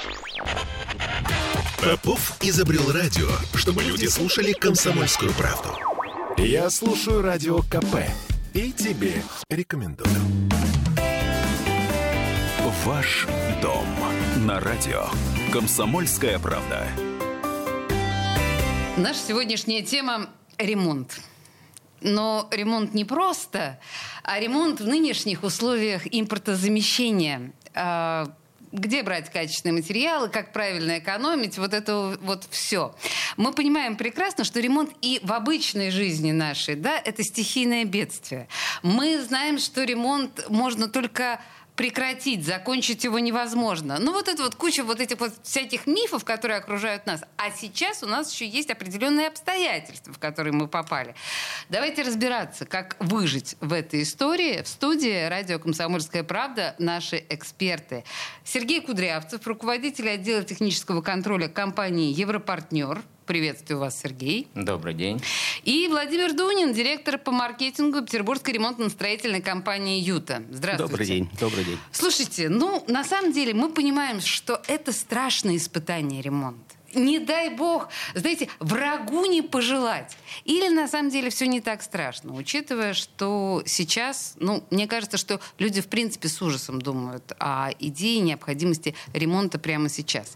Попов изобрел радио, чтобы люди слушали «Комсомольскую правду». Я слушаю Радио КП и тебе рекомендую. Ваш дом на радио «Комсомольская правда». Наша сегодняшняя тема – ремонт. Но ремонт не просто, а ремонт в нынешних условиях импортозамещения. Где брать качественные материалы, как правильно экономить, вот это вот все. Мы понимаем прекрасно, что ремонт и в обычной жизни нашей, да, это стихийное бедствие. Мы знаем, что ремонт можно только прекратить, закончить его невозможно. Ну, вот это вот куча вот этих вот всяких мифов, которые окружают нас. А сейчас у нас еще есть определенные обстоятельства, в которые мы попали. Давайте разбираться, как выжить в этой истории. В студии радио «Комсомольская правда» наши эксперты. Сергей Кудрявцев, руководитель отдела технического контроля компании «Европартнер». Приветствую вас, Сергей. Добрый день. И Владимир Дунин, директор по маркетингу Петербургской ремонтно-строительной компании «Юта». Здравствуйте. Добрый день. Добрый день. Слушайте, на самом деле мы понимаем, что это страшное испытание, ремонт. Не дай бог, знаете, врагу не пожелать. Или на самом деле все не так страшно, учитывая, что сейчас, мне кажется, что люди в принципе с ужасом думают о идее необходимости ремонта прямо сейчас.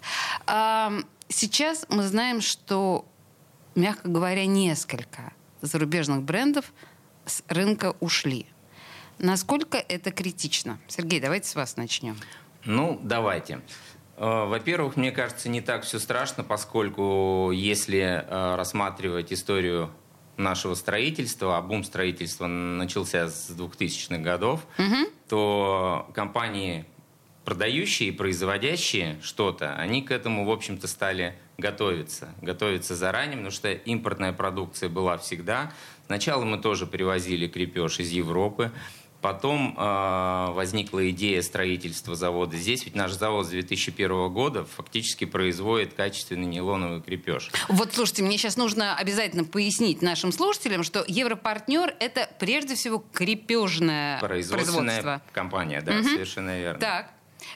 Сейчас мы знаем, что, мягко говоря, несколько зарубежных брендов с рынка ушли. Насколько это критично? Сергей, давайте с вас начнем. Давайте. Во-первых, мне кажется, не так все страшно, поскольку если рассматривать историю нашего строительства, а бум строительства начался с 2000-х годов, то компании, продающие и производящие что-то, они к этому, в общем-то, стали готовиться заранее, потому что импортная продукция была всегда. Сначала мы тоже привозили крепеж из Европы, потом возникла идея строительства завода здесь, ведь наш завод с 2001 года фактически производит качественный нейлоновый крепеж. Вот, слушайте, мне сейчас нужно обязательно пояснить нашим слушателям, что Европартнер – это прежде всего крепежное производство. Компания, да, совершенно верно. Так.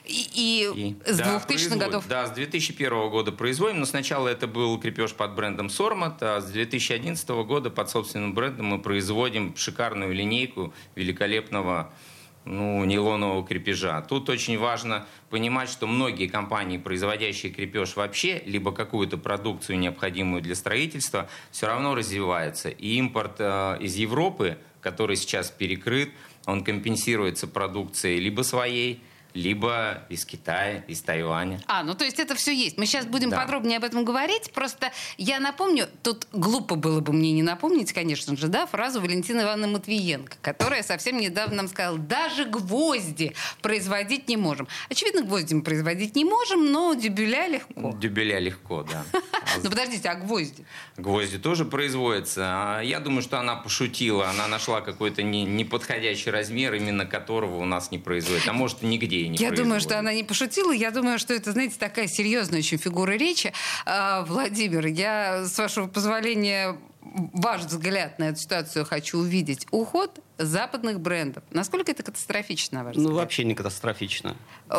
И с 2000-х годов? Да, с 2001 года производим, но сначала это был крепеж под брендом Сормат, а с 2011 года под собственным брендом мы производим шикарную линейку великолепного нейлонового крепежа. Тут очень важно понимать, что многие компании, производящие крепеж вообще, либо какую-то продукцию, необходимую для строительства, все равно развиваются. И импорт из Европы, который сейчас перекрыт, он компенсируется продукцией либо своей, либо из Китая, из Тайваня. То есть это все есть. Мы сейчас будем подробнее об этом говорить. Просто я напомню, тут глупо было бы мне не напомнить, конечно же, фразу Валентины Ивановны Матвиенко, которая совсем недавно нам сказала, даже гвозди производить не можем. Очевидно, гвозди мы производить не можем, но дюбеля легко. Дюбеля легко, да. Подождите, а гвозди? Гвозди тоже производятся. Я думаю, что она пошутила. Она нашла какой-то неподходящий размер, именно которого у нас не производят. А может, нигде. Я думаю, что она не пошутила. Я думаю, что это, знаете, такая серьезная очень фигура речи. Владимир, я, с вашего позволения, ваш взгляд на эту ситуацию хочу увидеть. Уход западных брендов. Насколько это катастрофично, на ваш взгляд? Вообще не катастрофично.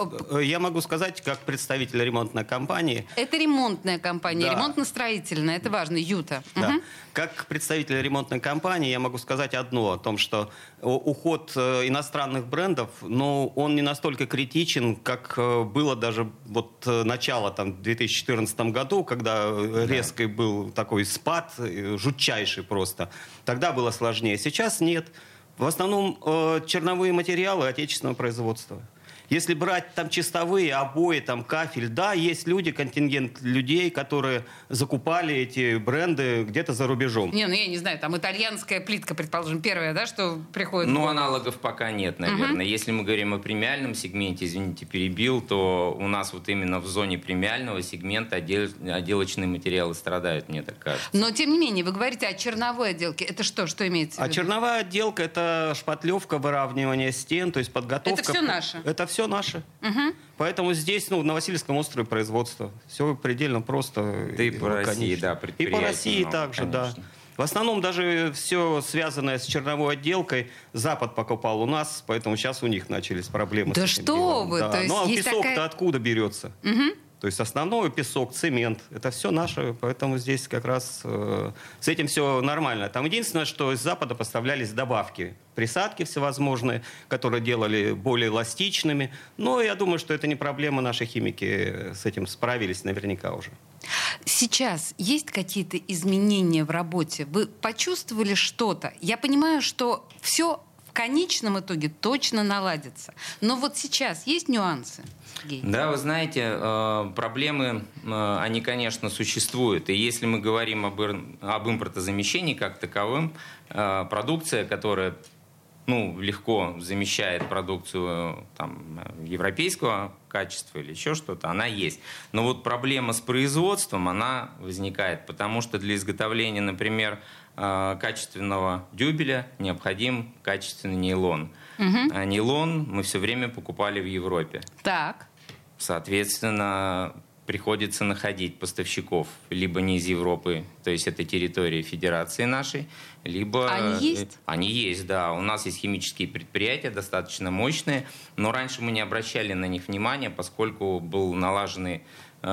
Я могу сказать, как представитель ремонтной компании... Это ремонтная компания, да. Ремонтно-строительная, это важно, Юта. Да. Угу. Как представитель ремонтной компании я могу сказать одно, о том, что уход иностранных брендов, он не настолько критичен, как было даже начало в 2014 году, когда резкий был такой спад, жутчайший просто. Тогда было сложнее, сейчас нет. В основном черновые материалы отечественного производства. Если брать чистовые, обои, кафель, да, есть люди, контингент людей, которые закупали эти бренды где-то за рубежом. Я не знаю, итальянская плитка, предположим, первая, да, что приходит? Аналогов пока нет, наверное. Если мы говорим о премиальном сегменте, извините, перебил, то у нас именно в зоне премиального сегмента отделочные материалы страдают, мне так кажется. Но, тем не менее, вы говорите о черновой отделке. Это что имеется в виду? Черновая отделка – это шпатлевка, выравнивание стен, то есть подготовка. Это все наше? Это все наше. Угу. Поэтому здесь, на Васильевском острове производство. Все предельно просто. Да и по России, да, и по России также, конечно. Да. В основном даже все связанное с черновой отделкой Запад покупал у нас, поэтому сейчас у них начались проблемы. Да с этим что делом. вы! Да. То есть песок-то откуда берется? Угу. То есть основной песок, цемент, это все наше, поэтому здесь как раз с этим все нормально. Там единственное, что из Запада поставлялись добавки, присадки всевозможные, которые делали более эластичными. Но я думаю, что это не проблема, наши химики с этим справились наверняка уже. Сейчас есть какие-то изменения в работе? Вы почувствовали что-то? Я понимаю, что все в конечном итоге точно наладится. Но вот сейчас есть нюансы? Сергей? Да, вы знаете, проблемы, они, конечно, существуют. И если мы говорим об импортозамещении как таковом, продукция, которая легко замещает продукцию европейского качества или еще что-то, она есть. Но вот проблема с производством, она возникает, потому что для изготовления, например, качественного дюбеля необходим качественный нейлон. Угу. А нейлон мы все время покупали в Европе. Так. Соответственно, приходится находить поставщиков либо не из Европы, то есть это территория федерации нашей, либо... Они есть? Они есть, да. У нас есть химические предприятия, достаточно мощные, но раньше мы не обращали на них внимания, поскольку был налаженный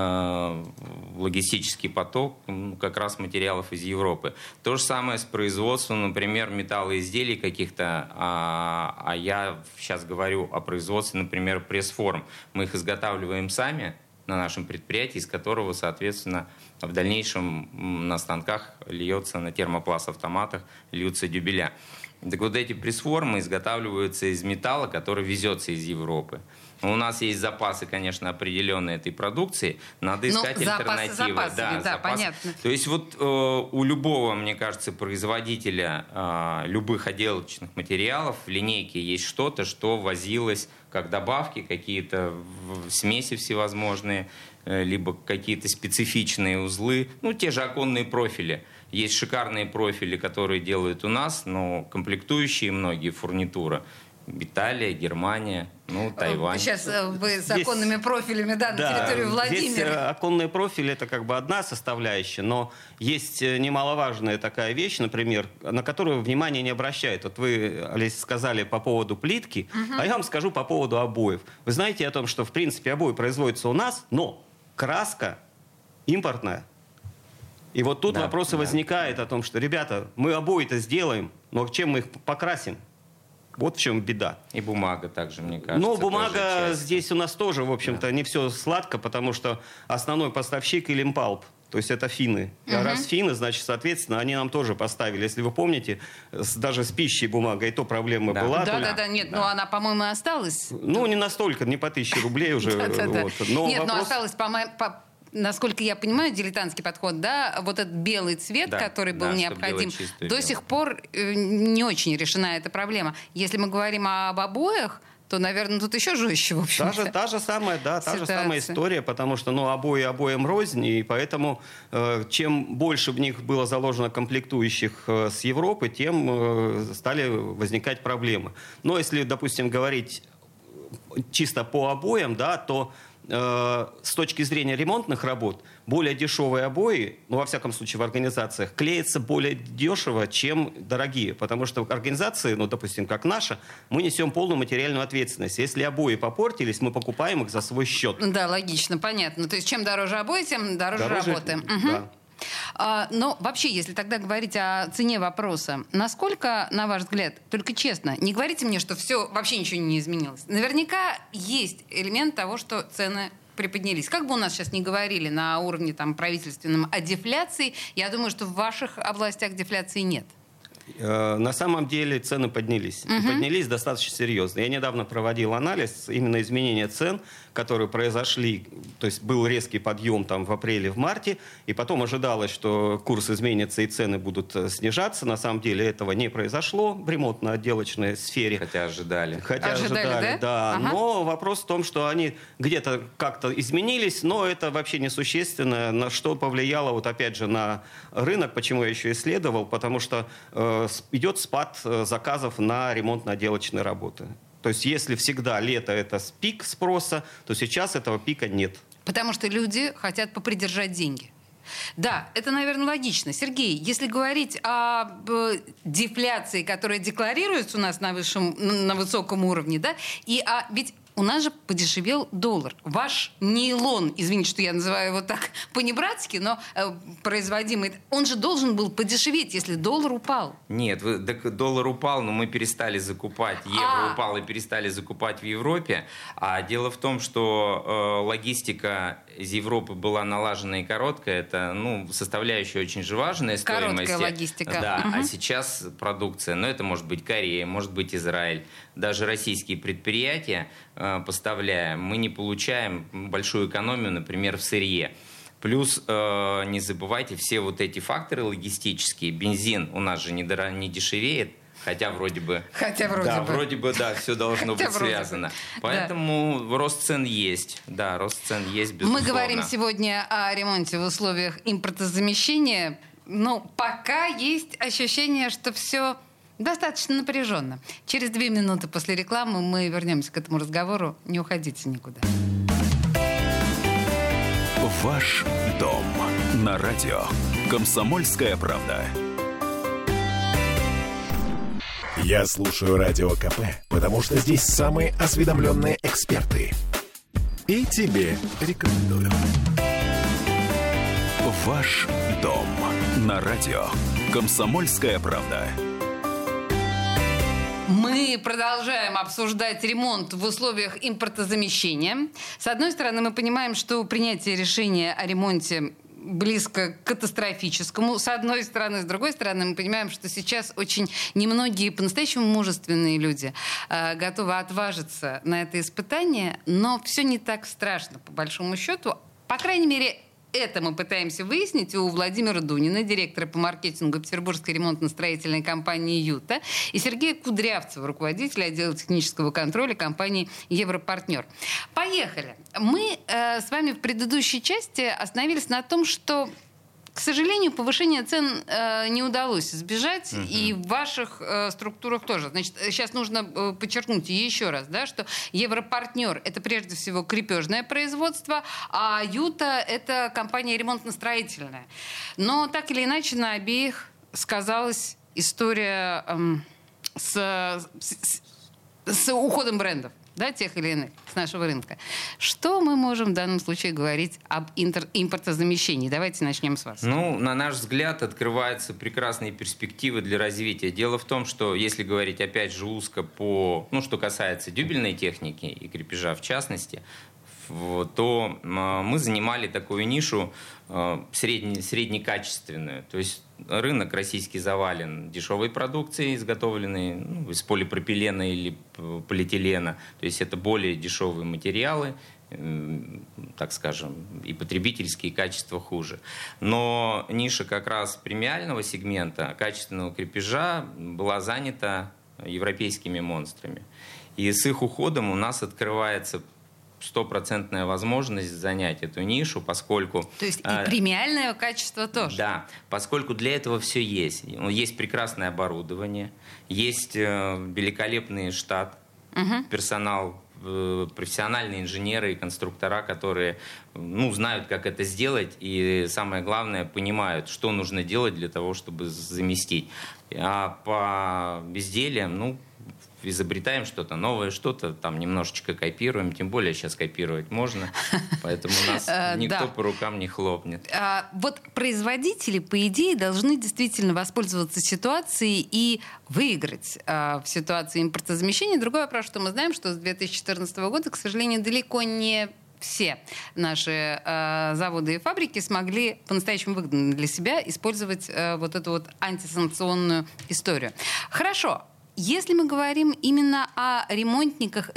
логистический поток как раз материалов из Европы. То же самое с производством, например, металлоизделий каких-то, а я сейчас говорю о производстве, например, пресс-форм. Мы их изготавливаем сами на нашем предприятии, из которого, соответственно, в дальнейшем на станках льется, на термопласт-автоматах льются дюбеля. Так вот эти пресс-формы изготавливаются из металла, который везется из Европы. У нас есть запасы, конечно, определенные этой продукции. Надо искать альтернативы. Да, понятно. То есть вот у любого, мне кажется, производителя любых отделочных материалов в линейке есть что-то, что возилось как добавки, какие-то смеси всевозможные, либо какие-то специфичные узлы, те же оконные профили. Есть шикарные профили, которые делают у нас, но комплектующие многие фурнитура. Италия, Германия, Тайвань. Сейчас вы с оконными профилями, на территорию Владимира. Здесь оконные профили — это как бы одна составляющая, но есть немаловажная такая вещь, например, на которую внимание не обращают. Вот вы, Олеся, сказали по поводу плитки, а я вам скажу по поводу обоев. Вы знаете о том, что, в принципе, обои производятся у нас, но краска импортная. И вот тут вопросы возникают о том, что, ребята, мы обои-то сделаем, но чем мы их покрасим? Вот в чем беда. И бумага также, мне кажется. Но бумага здесь у нас тоже, в общем-то, не все сладко, потому что основной поставщик Илимпалп, то есть это финны. А раз финны, значит, соответственно, они нам тоже поставили. Если вы помните, даже с пищей бумагой то проблема была. Она, по-моему, осталась. Не настолько, не по 1000 рублей уже. Нет, но осталось, насколько я понимаю, дилетантский подход, вот этот белый цвет, который был необходим, до сих пор не очень решена эта проблема. Если мы говорим об обоях, то, наверное, тут еще жестче, в общем-то. Та же самая история, потому что, обои обоим рознь, и поэтому чем больше в них было заложено комплектующих с Европы, тем стали возникать проблемы. Но если, допустим, говорить чисто по обоям, то с точки зрения ремонтных работ более дешевые обои, во всяком случае в организациях, клеятся более дешево, чем дорогие. Потому что в организации, допустим, как наша, мы несем полную материальную ответственность. Если обои попортились, мы покупаем их за свой счет. Да, логично, понятно. То есть чем дороже обои, тем дороже работаем. Да. Но вообще, если тогда говорить о цене вопроса, насколько, на ваш взгляд, только честно, не говорите мне, что все, вообще ничего не изменилось. Наверняка есть элемент того, что цены приподнялись. Как бы у нас сейчас ни говорили на уровне правительственном о дефляции, я думаю, что в ваших областях дефляции нет. На самом деле цены поднялись. Поднялись достаточно серьезно. Я недавно проводил анализ именно изменения цен, которые произошли. То есть был резкий подъем в апреле, в марте, и потом ожидалось, что курс изменится и цены будут снижаться. На самом деле этого не произошло в ремонтно-отделочной сфере. Хотя ожидали. Да. Ага. Но вопрос в том, что они где-то как-то изменились, но это вообще несущественно. На что повлияло, опять же, на рынок, почему я еще исследовал, потому что идет спад заказов на ремонтно-отделочные работы. То есть если всегда лето — это пик спроса, то сейчас этого пика нет. Потому что люди хотят попридержать деньги. Да, это, наверное, логично. Сергей, если говорить об дефляции, которая декларируется у нас на высоком уровне, ведь у нас же подешевел доллар. Ваш нейлон, извините, что я называю его так по-небратски, но производимый, он же должен был подешеветь, если доллар упал. Нет, так доллар упал, но мы перестали закупать. Евро упал и перестали закупать в Европе. А дело в том, что логистика из Европы была налажена и короткая. Это составляющая очень же важная стоимость. Короткая логистика. Да, а сейчас продукция, это может быть Корея, может быть Израиль. Даже российские предприятия, поставляя, мы не получаем большую экономию, например, в сырье. Плюс, не забывайте, все вот эти факторы логистические. Бензин у нас же не дешевеет. Хотя вроде бы, все должно быть связано. Поэтому рост цен есть. Да, рост цен есть, безусловно. Мы говорим сегодня о ремонте в условиях импортозамещения. Но пока есть ощущение, что все достаточно напряженно. Через 2 минуты после рекламы мы вернемся к этому разговору. Не уходите никуда. Ваш дом на радио. Комсомольская правда. Я слушаю Радио КП, потому что здесь самые осведомленные эксперты. И тебе рекомендую. Ваш дом на радио. Комсомольская правда. Мы продолжаем обсуждать ремонт в условиях импортозамещения. С одной стороны, мы понимаем, что принятие решения о ремонте близко к катастрофическому, с одной стороны. С другой стороны, мы понимаем, что сейчас очень немногие по-настоящему мужественные люди готовы отважиться на это испытание, но все не так страшно, по большому счету. По крайней мере, это мы пытаемся выяснить у Владимира Дунина, директора по маркетингу Петербургской ремонтно-строительной компании «Юта», и Сергея Кудрявцева, руководителя отдела технического контроля компании «Европартнер». Поехали. Мы с вами в предыдущей части остановились на том, что, к сожалению, повышение цен не удалось избежать, и в ваших структурах тоже. Значит, сейчас нужно подчеркнуть еще раз, да, что Европартнер — это прежде всего крепежное производство, а «Юта» — это компания ремонтно-строительная. Но так или иначе на обеих сказалась история с уходом брендов. Да, тех или иных, с нашего рынка. Что мы можем в данном случае говорить об импортозамещении? Давайте начнем с вас. На наш взгляд, открываются прекрасные перспективы для развития. Дело в том, что если говорить, опять же, узко что касается дюбельной техники и крепежа в частности, то мы занимали такую нишу среднекачественную. То есть рынок российский завален дешевой продукцией, изготовленной из полипропилена или полиэтилена. То есть это более дешевые материалы, так скажем, и потребительские качества хуже. Но ниша как раз премиального сегмента, качественного крепежа, была занята европейскими монстрами. И с их уходом у нас открывается 100% возможность занять эту нишу, поскольку... То есть и премиальное качество тоже. Да, поскольку для этого все есть. Есть прекрасное оборудование, есть великолепный штат, персонал, профессиональные инженеры и конструктора, которые знают, как это сделать, и самое главное, понимают, что нужно делать для того, чтобы заместить. А по безделиям, изобретаем что-то новое, что-то там немножечко копируем, тем более сейчас копировать можно, поэтому нас никто по рукам не хлопнет. Вот производители, по идее, должны действительно воспользоваться ситуацией и выиграть в ситуации импортозамещения. Другой вопрос, что мы знаем, что с 2014 года, к сожалению, далеко не все наши заводы и фабрики смогли по-настоящему выгодно для себя использовать вот эту антисанкционную историю. Хорошо. Если мы говорим именно о ремонтниках,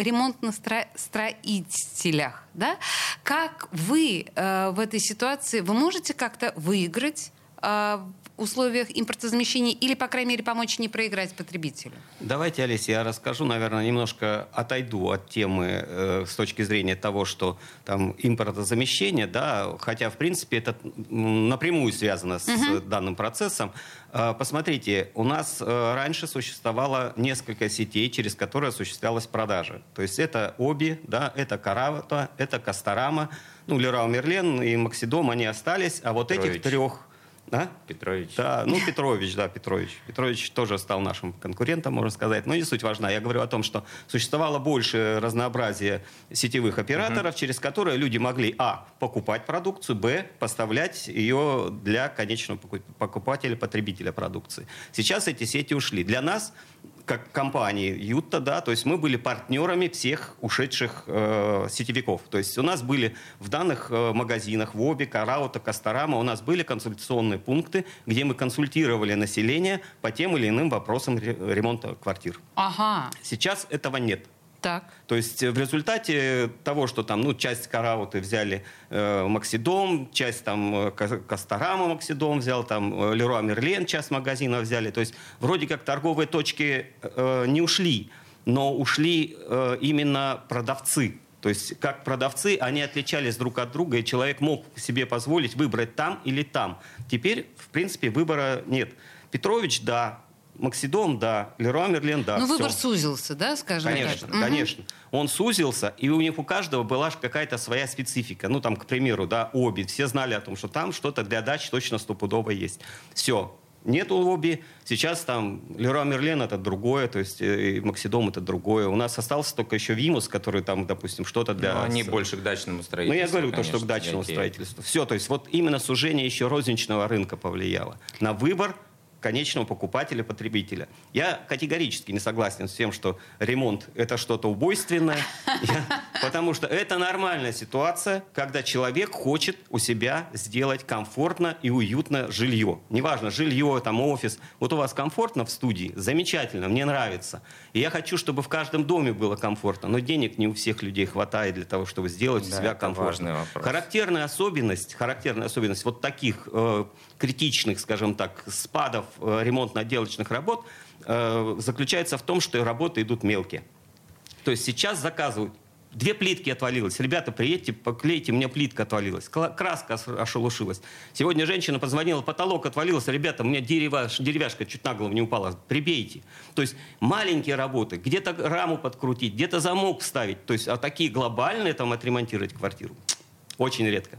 ремонтно-строителях, да, как вы в этой ситуации, вы можете как-то выиграть в условиях импортозамещения или, по крайней мере, помочь не проиграть потребителю? Давайте, Олеся, я расскажу, наверное, немножко отойду от темы с точки зрения того, что там импортозамещение, да, хотя, в принципе, это напрямую связано с данным процессом. Посмотрите, у нас раньше существовало несколько сетей, через которые осуществлялась продажа. То есть это Оби, да, это Каравата, это Касторама, Леруа Мерлен и Максидом, они остались, а вот этих трех Петрович. Да, Петрович. Петрович тоже стал нашим конкурентом, можно сказать. Но не суть важна. Я говорю о том, что существовало больше разнообразия сетевых операторов, через которые люди могли, покупать продукцию, поставлять ее для конечного покупателя, потребителя продукции. Сейчас эти сети ушли. Для нас, как компании Юта, то есть мы были партнерами всех ушедших сетевиков. То есть у нас были в данных магазинах, Воби, Караута, Касторама, у нас были консультационные пункты, где мы консультировали население по тем или иным вопросам ремонта квартир. Ага. Сейчас этого нет. Так. То есть в результате того, что там, часть Карауты взяли Максидом, часть там Касторама Максидом взял, там Леруа Мерлен часть магазина взяли. То есть вроде как торговые точки не ушли, но ушли именно продавцы. То есть как продавцы они отличались друг от друга, и человек мог себе позволить выбрать там или там. Теперь, в принципе, выбора нет. Петрович, да. Максидом, да. Леруа Мерлен, да. Выбор сузился, да, скажем конечно, так? Конечно. Он сузился, и у них у каждого была какая-то своя специфика. к примеру, Оби. Все знали о том, что там что-то для дач точно стопудово есть. Все. Нету Оби. Сейчас там Леруа Мерлен это другое, то есть и Максидом это другое. У нас остался только еще Вимус, который там, допустим, что-то для... они больше к дачному строительству. Я говорю конечно, что к дачному строительству. Все, то есть именно сужение еще розничного рынка повлияло на выбор конечного покупателя, потребителя. Я категорически не согласен с тем, что ремонт – это что-то убойственное, потому что это нормальная ситуация, когда человек хочет у себя сделать комфортно и уютно жилье. Неважно, жилье, офис. Вот у вас комфортно в студии? Замечательно, мне нравится. И я хочу, чтобы в каждом доме было комфортно, но денег не у всех людей хватает для того, чтобы сделать у себя комфортно. Характерная особенность вот таких критичных, скажем так, спадов ремонтно-отделочных работ заключается в том, что работы идут мелкие. То есть сейчас заказывают. 2 плитки отвалилось. Ребята, приедьте, поклейте, у меня плитка отвалилась. Краска ошелушилась. Сегодня женщина позвонила, потолок отвалился. Ребята, у меня деревяшка чуть на голову не упала. Прибейте. То есть маленькие работы. Где-то раму подкрутить, где-то замок вставить. То есть такие глобальные отремонтировать квартиру очень редко.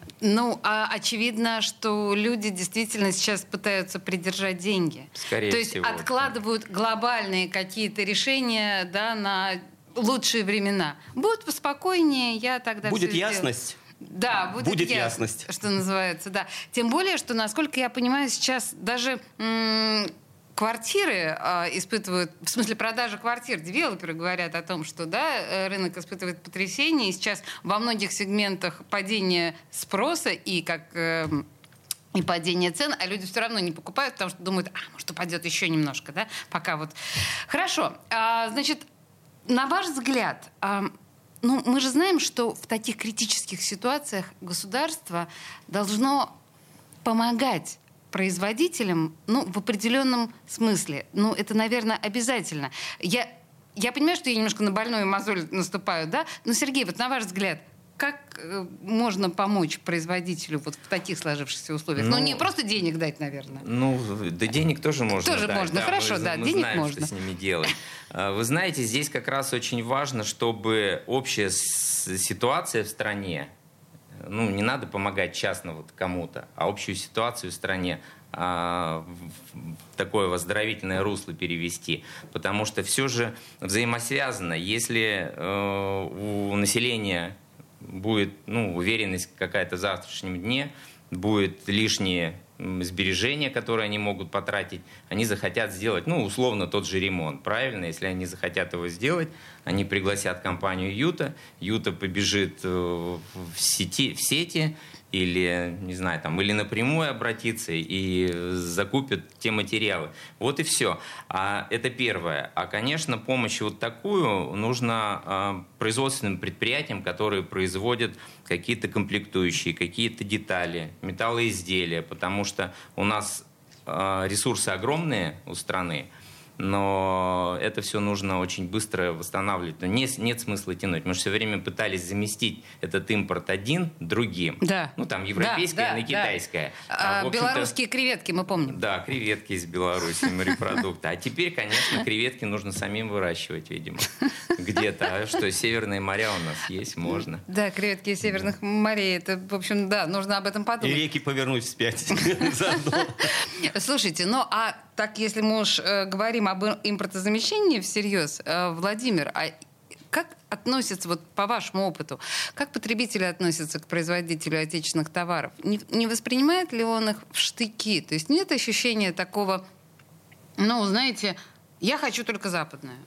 Очевидно, что люди действительно сейчас пытаются придержать деньги. Скорее То есть всего, откладывают глобальные какие-то решения, на лучшие времена. Будет поспокойнее, я тогда будет все ясность. сделаю. Да, будет ясность, что называется, да. Тем более, что, насколько я понимаю, сейчас даже квартиры испытывают, в смысле продажи квартир, девелоперы говорят о том, что рынок испытывает потрясение, и сейчас во многих сегментах падение спроса и падение цен, а люди все равно не покупают, потому что думают, может, упадет еще немножко, пока вот. Хорошо, значит, на ваш взгляд, мы же знаем, что в таких критических ситуациях государство должно помогать производителям, в определенном смысле. Это, наверное, обязательно. Я понимаю, что я немножко на больную мозоль наступаю, но, Сергей, вот на ваш взгляд, как можно помочь производителю в таких сложившихся условиях? Не просто денег дать, наверное. Денег тоже можно дать. Тоже можно, хорошо, мы денег знаем, можно. что с ними делать. Вы знаете, здесь как раз очень важно, чтобы общая ситуация в стране, не надо помогать частно кому-то, а общую ситуацию в стране в такое выздоровительное русло перевести. Потому что все же взаимосвязано. Если у населения будет уверенность какая-то в завтрашнем дне, будет лишние сбережения, которые они могут потратить, они захотят сделать, условно, тот же ремонт. Правильно? Если они захотят его сделать, они пригласят компанию Юта, Юта побежит в сети или, не знаю, или напрямую обратиться и закупят те материалы. Вот и все. Это первое. Конечно, помощь такую нужно производственным предприятиям, которые производят какие-то комплектующие, какие-то детали, металлоизделия, потому что у нас ресурсы огромные у страны, но это все нужно очень быстро восстанавливать. Но нет смысла тянуть. Мы же все время пытались заместить этот импорт один другим. Да. Ну, там европейское, китайское. Белорусские креветки, мы помним. Да, креветки из Беларуси, морепродукты. А теперь, конечно, креветки нужно самим выращивать, видимо, где-то. А что, северные моря у нас есть, можно. Да, креветки из северных морей. Это, в общем, да, нужно об этом подумать. И реки повернуть вспять. Слушайте, ну а так, если мы уж говорим об импортозамещении всерьез, Владимир, а как относятся, вот по вашему опыту, как потребители относятся к производителю отечественных товаров? Не воспринимает ли он их в штыки? То есть нет ощущения такого, ну, знаете, я хочу только западное?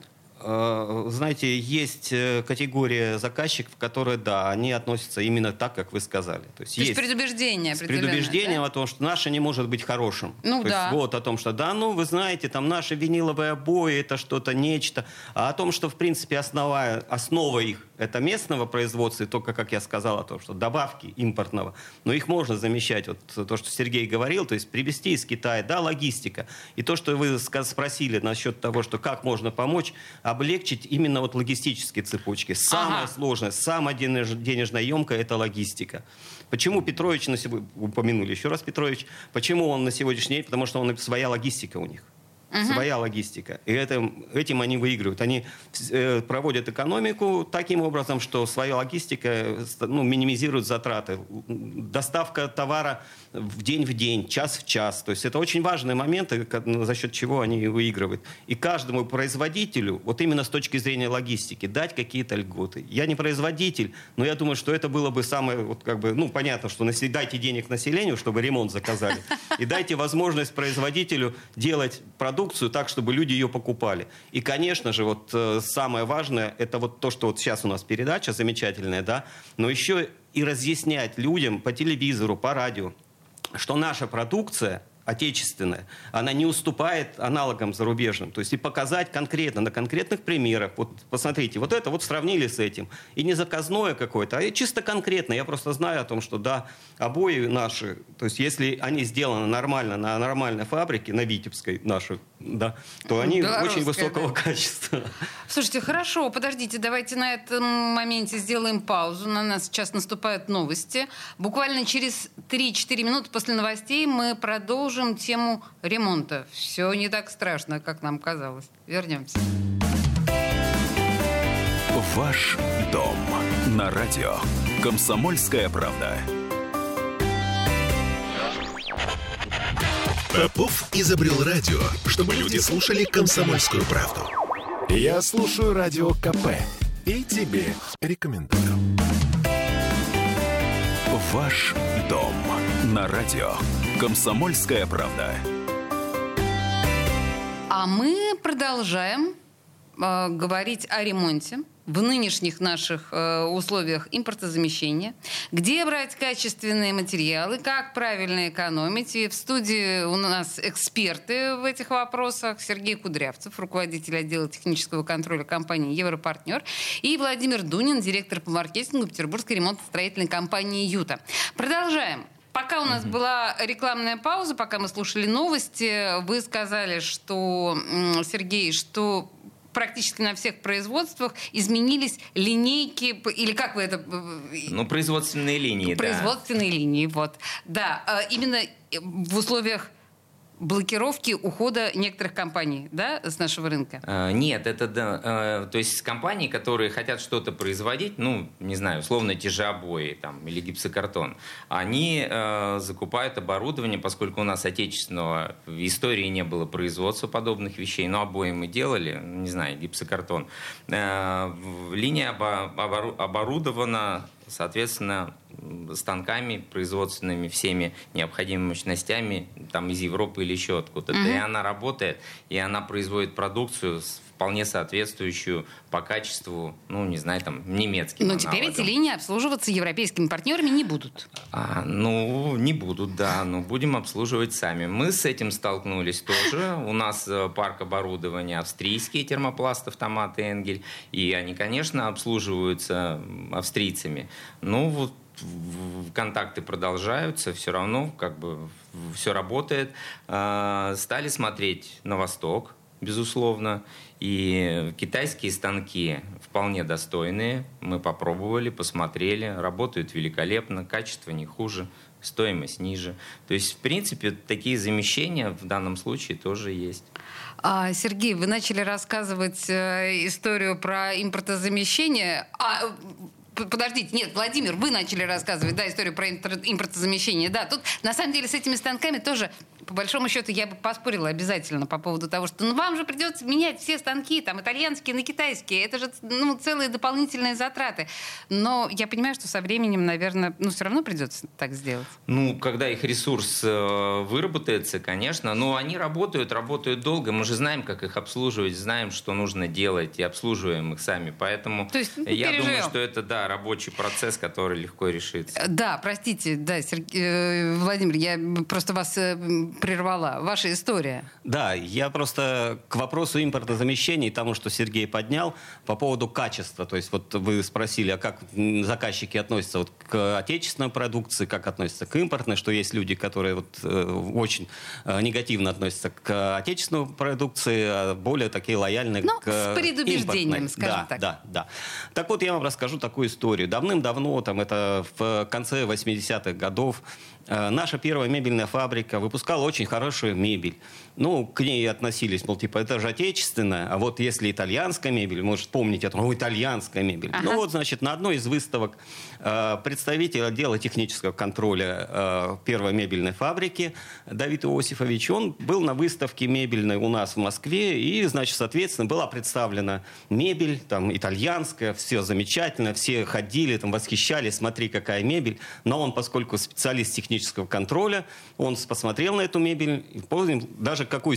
Знаете, есть категория заказчиков, которые, да, они относятся именно так, как вы сказали. То есть предубеждение с предубеждением, да? О том, что наше не может быть хорошим. Ну, то да. есть, вот о том, что, да, ну, вы знаете, там наши виниловые обои, это что-то, нечто. А о том, что, в принципе, основа их это местного производства, и только, как я сказал, о том, что добавки импортного, но их можно замещать. Вот то, что Сергей говорил, то есть привезти из Китая, да, логистика. И то, что вы спросили насчет того, что как можно помочь, облегчить именно вот логистические цепочки. Самое сложное, самое денежно емкое – это логистика. Почему Петрович, упомянули еще раз Петрович, почему он на сегодняшний день? Потому что своя логистика у них. Своя логистика. И этим они выигрывают. Они проводят экономику таким образом, что своя логистика минимизирует затраты. Доставка товара в день, час в час. То есть это очень важные моменты, за счет чего они выигрывают. И каждому производителю, вот именно с точки зрения логистики, дать какие-то льготы. Я не производитель, но я думаю, что это было бы самое, вот как бы, понятно, что дайте денег населению, чтобы ремонт заказали, и дайте возможность производителю делать продукцию так, чтобы люди ее покупали. И, конечно же, вот самое важное, это вот то, что вот сейчас у нас передача замечательная, да, но еще и разъяснять людям по телевизору, по радио, что наша продукция отечественная, она не уступает аналогам зарубежным. То есть и показать конкретно, на конкретных примерах. Вот посмотрите, вот это вот сравнили с этим. И не заказное какое-то, а чисто конкретно. Я просто знаю о том, что да, обои наши, то есть если они сделаны нормально на нормальной фабрике, на Витебской нашей, да, то они очень высокого качества. Слушайте, хорошо, подождите, давайте на этом моменте сделаем паузу. На нас сейчас наступают новости. Буквально через 3-4 минуты после новостей мы продолжим тему ремонта. Все не так страшно, как нам казалось. Вернемся. Ваш дом на радио. Комсомольская правда. Попов изобрел радио, чтобы люди слушали «Комсомольскую правду». Я слушаю радио КП и тебе рекомендую. Ваш дом на радио. «Комсомольская правда». А мы продолжаем говорить о ремонте в нынешних наших условиях импортозамещения, где брать качественные материалы, как правильно экономить. И в студии у нас эксперты в этих вопросах. Сергей Кудрявцев, руководитель отдела технического контроля компании «Европартнер», и Владимир Дунин, директор по маркетингу Петербургской ремонтно-строительной компании «Юта». Продолжаем. Пока у нас была рекламная пауза, пока мы слушали новости, вы сказали, что, Сергей, что практически на всех производствах изменились линейки, или как вы это... производственные линии, производственные линии, вот. Да, именно в условиях блокировки ухода некоторых компаний, да, с нашего рынка? Нет, это да. То есть компании, которые хотят что-то производить, не знаю, условно те же обои там, или гипсокартон, они закупают оборудование, поскольку у нас отечественного в истории не было производства подобных вещей, но обои мы делали, не знаю, гипсокартон. Линия оборудована, соответственно, станками производственными, всеми необходимыми мощностями там, из Европы или еще откуда-то. И она работает, и она производит продукцию вполне соответствующую по качеству, немецким аналогам. Но теперь эти линии обслуживаться европейскими партнерами не будут. Не будут, да, но будем обслуживать сами. Мы с этим столкнулись тоже. У нас парк оборудования австрийский, термопласт, автомат Энгель, и они, конечно, обслуживаются австрийцами. Контакты продолжаются, все равно все работает. Стали смотреть на восток. безусловно. И китайские станки вполне достойные. Мы попробовали, посмотрели. Работают великолепно, качество не хуже, стоимость ниже. То есть, в принципе, такие замещения в данном случае тоже есть. Сергей, вы начали рассказывать историю про импортозамещение. Подождите, нет, Владимир, вы начали рассказывать, да, историю про импортозамещение. Да, тут, на самом деле, с этими станками тоже, по большому счету, я бы поспорила обязательно по поводу того, что вам же придется менять все станки, там, итальянские на китайские. Это же, целые дополнительные затраты. Но я понимаю, что со временем, наверное, все равно придется так сделать. Когда их ресурс выработается, конечно, но они работают долго. Мы же знаем, как их обслуживать, знаем, что нужно делать, и обслуживаем их сами. Поэтому я думаю, что это, да, рабочий процесс, который легко решится. Да, простите, да, Владимир, я просто вас прервала. Ваша история. Да, я просто к вопросу импортозамещения и тому, что Сергей поднял, по поводу качества. То есть вот вы спросили, а как заказчики относятся к отечественной продукции, как относятся к импортной, что есть люди, которые очень негативно относятся к отечественной продукции, а более такие лояльные к с предубеждением, импортной. скажем так. Да. Так вот, я вам расскажу такую историю. Давным-давно, это в конце 80-х годов, наша первая мебельная фабрика выпускала очень хорошую мебель. К ней относились, это же отечественная, а вот если итальянская мебель, может, помните, итальянская мебель. Ага. На одной из выставок представитель отдела технического контроля первой мебельной фабрики Давид Иосифович, он был на выставке мебельной у нас в Москве, и, соответственно, была представлена мебель, итальянская, все замечательно, все ходили, восхищались, смотри, какая мебель. Но он, поскольку специалист технического контроля, он посмотрел на эту мебель и понял даже, какой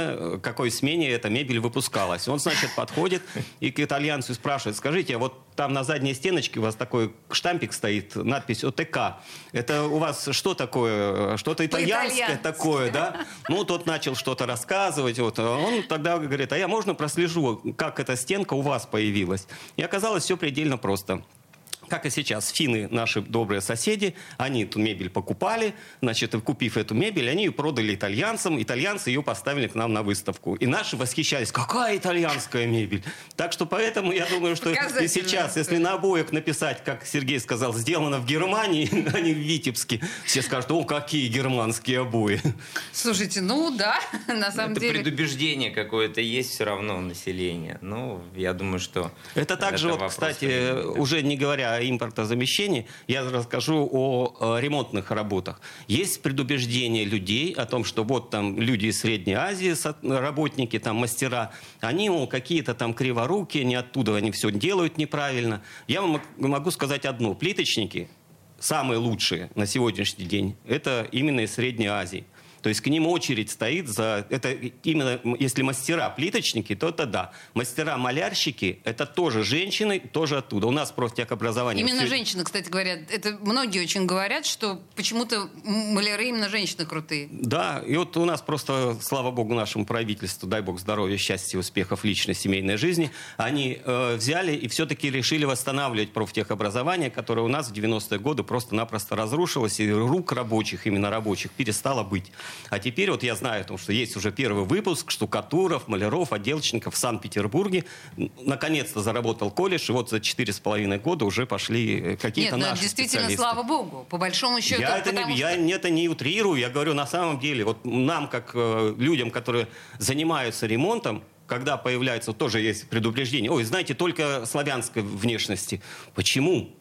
смене эта мебель выпускалась. Он, подходит и к итальянцу спрашивает: скажите, а вот там на задней стеночке у вас такой штампик стоит, надпись ОТК. Это у вас что такое? Что-то итальянское такое, да? Тот начал что-то рассказывать. Он тогда говорит: а я можно прослежу, как эта стенка у вас появилась? И оказалось все предельно просто. Как и сейчас, финны, наши добрые соседи, они эту мебель покупали, купив эту мебель, они ее продали итальянцам, итальянцы ее поставили к нам на выставку. И наши восхищались: какая итальянская мебель! Так что поэтому я думаю, что и сейчас, если на обоях написать, как Сергей сказал, сделано в Германии, а не в Витебске, все скажут: о, какие германские обои! Слушайте, да, на самом деле... Это предубеждение какое-то есть все равно у населения. Я думаю, что... Это также, кстати, уже не говоря о импортозамещении, я расскажу о ремонтных работах. Есть предубеждение людей о том, что люди из Средней Азии, работники, мастера, они, какие-то криворукие, не оттуда они все делают неправильно. Я вам могу сказать одно. Плиточники, самые лучшие на сегодняшний день, это именно из Средней Азии. То есть к ним очередь стоит за... Это именно, если мастера-плиточники, то это да. Мастера-малярщики, это тоже женщины, тоже оттуда. У нас профтехобразование... Именно женщины, кстати, говорят. Это многие очень говорят, что почему-то маляры именно женщины крутые. Да, и у нас просто, слава богу, нашему правительству, дай бог здоровья, счастья, успехов в личной, семейной жизни, они взяли и все-таки решили восстанавливать профтехобразование, которое у нас в 90-е годы просто-напросто разрушилось, и рук рабочих, именно рабочих, перестало быть. А теперь я знаю, что есть уже первый выпуск штукатуров, маляров, отделочников в Санкт-Петербурге. Наконец-то заработал колледж, и за 4,5 года уже пошли какие-то наши действительно, специалисты. слава богу, по большому счету. Я это не утрирую, я говорю на самом деле. Нам, как людям, которые занимаются ремонтом, когда появляется, тоже есть предупреждение: ой, знаете, только славянской внешности. Почему?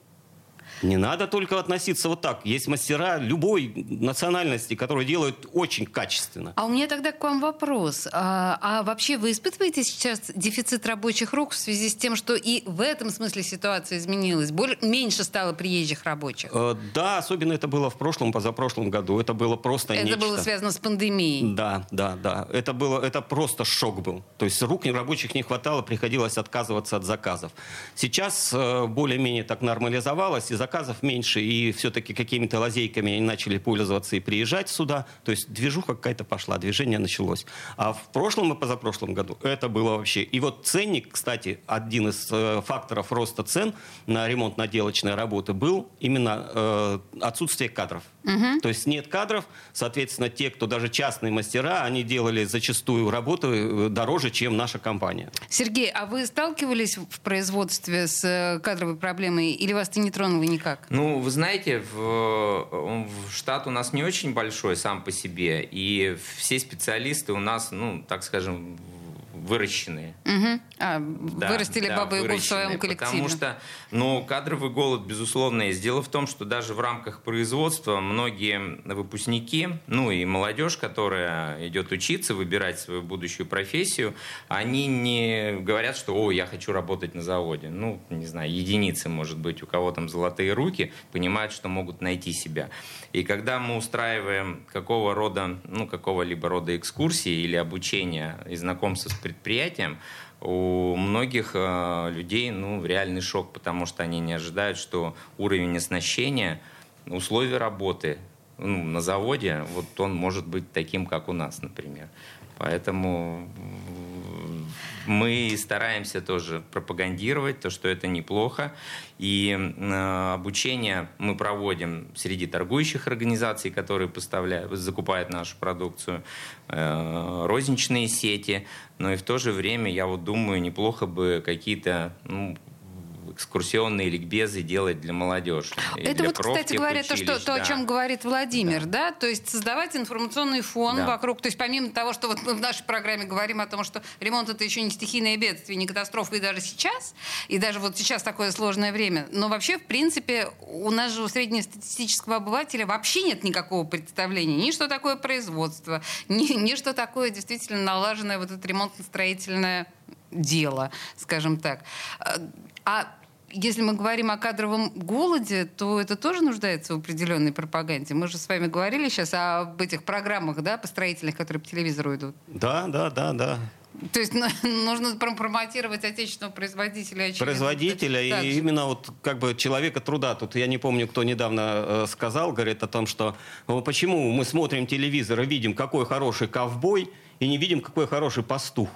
Не надо только относиться так. Есть мастера любой национальности, которые делают очень качественно. А у меня тогда к вам вопрос. А вообще вы испытываете сейчас дефицит рабочих рук в связи с тем, что и в этом смысле ситуация изменилась? Меньше стало приезжих рабочих? Да, особенно это было в прошлом, позапрошлом году. Это было просто нечто. Это было связано с пандемией? Да. Это просто шок был. То есть рук рабочих не хватало, приходилось отказываться от заказов. Сейчас более-менее так нормализовалось, и заказы заказов меньше, и все-таки какими-то лазейками они начали пользоваться и приезжать сюда. То есть движуха какая-то пошла, движение началось. А в прошлом и позапрошлом году это было вообще... И вот ценник, кстати, один из факторов роста цен на ремонтно-отделочные работы был именно отсутствие кадров. То есть нет кадров, соответственно, те, кто даже частные мастера, они делали зачастую работы дороже, чем наша компания. Сергей, а вы сталкивались в производстве с кадровой проблемой или вас это не тронуло никак? Ну, вы знаете, штат у нас не очень большой сам по себе, и все специалисты у нас, ну, так скажем, выращенные. Вырастили Бабу-Ягу в своем коллективе. Потому что, ну, кадровый голод, безусловно, есть. Дело в том, что даже в рамках производства многие выпускники, ну и молодежь, которая идет учиться, выбирать свою будущую профессию, они не говорят, что, о, я хочу работать на заводе. Ну, не знаю, единицы, может быть, у кого там золотые руки, понимают, что могут найти себя. И когда мы устраиваем какого-либо рода экскурсии или обучение и знакомство с предприятием, у многих людей реальный шок, потому что они не ожидают, что уровень оснащения, условия работы на заводе, вот он может быть таким, как у нас, например. Поэтому мы стараемся тоже пропагандировать то, что это неплохо. И обучение мы проводим среди торгующих организаций, которые закупают нашу продукцию, розничные сети. Но и в то же время, я вот думаю, неплохо бы какие-то экскурсионные ликбезы делать для молодежи. Это вот, кстати говоря, то, о чем говорит Владимир, да? То есть создавать информационный фон вокруг. То есть помимо того, что вот мы в нашей программе говорим о том, что ремонт — это еще не стихийное бедствие, не катастрофа и даже сейчас, и даже вот сейчас такое сложное время. Но вообще, в принципе, у нас же у среднестатистического обывателя вообще нет никакого представления ни что такое производство, ни что такое действительно налаженное вот это ремонтно-строительное дело, скажем так. А если мы говорим о кадровом голоде, то это тоже нуждается в определенной пропаганде. Мы же с вами говорили сейчас об этих программах, да, построительных, которые по телевизору идут. Да. То есть нужно промотировать отечественного производителя. Производителя и именно вот как бы человека труда. Тут я не помню, кто недавно сказал, говорит о том, что почему мы смотрим телевизор и видим, какой хороший ковбой, и не видим, какой хороший пастух.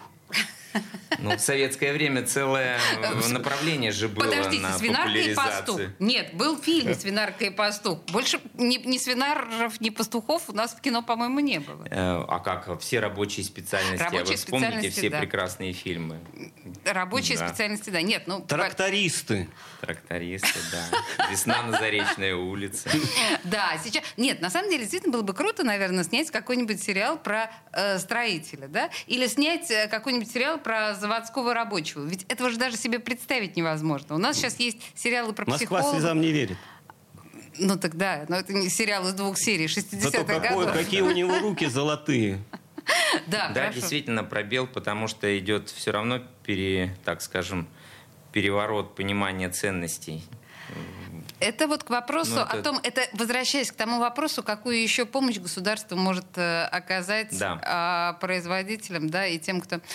В советское время целое направление же было на популяризацию. Нет, был фильм «Свинарка и пастух». Больше ни свинаров, ни пастухов у нас в кино, по-моему, не было. А как? Все рабочие специальности. Вы вспомните все прекрасные фильмы. Рабочие специальности, да. Нет, Трактористы. Трактористы, да. «Весна на Заречной улице». Да, сейчас... Нет, на самом деле, действительно было бы круто, наверное, снять какой-нибудь сериал про строителя, да? Или снять какой-нибудь сериал про заводского рабочего. Ведь этого же даже себе представить невозможно. У нас сейчас есть сериалы про психологов. «Москва слезам не верит». Ну тогда, но это не сериал из 2 серий 60-х годов. Какие у него руки золотые. Да, действительно пробел, потому что идет все равно, так скажем, переворот понимания ценностей. Это вот к вопросу о том, это возвращаясь к тому вопросу, какую еще помощь государство может оказать производителям, да, и тем, кто...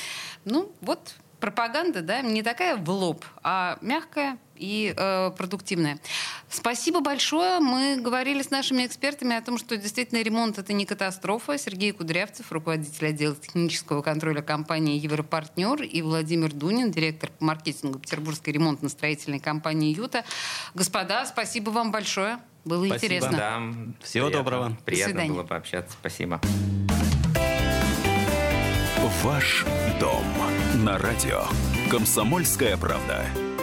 пропаганда, да, не такая в лоб, а мягкая и продуктивная. Спасибо большое. Мы говорили с нашими экспертами о том, что действительно ремонт — это не катастрофа. Сергей Кудрявцев, руководитель отдела технического контроля компании «Европартнер», и Владимир Дунин, директор по маркетингу петербургской ремонтно-строительной компании «Юта». Господа, спасибо вам большое. Было интересно. Да, всего доброго. Приятно было пообщаться. Спасибо. Ваш дом на радио «Комсомольская правда».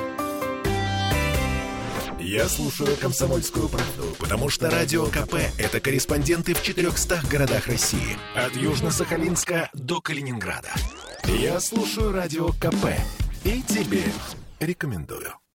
Я слушаю «Комсомольскую правду», потому что Радио КП — это корреспонденты в 400 городах России. От Южно-Сахалинска до Калининграда. Я слушаю Радио КП и тебе рекомендую.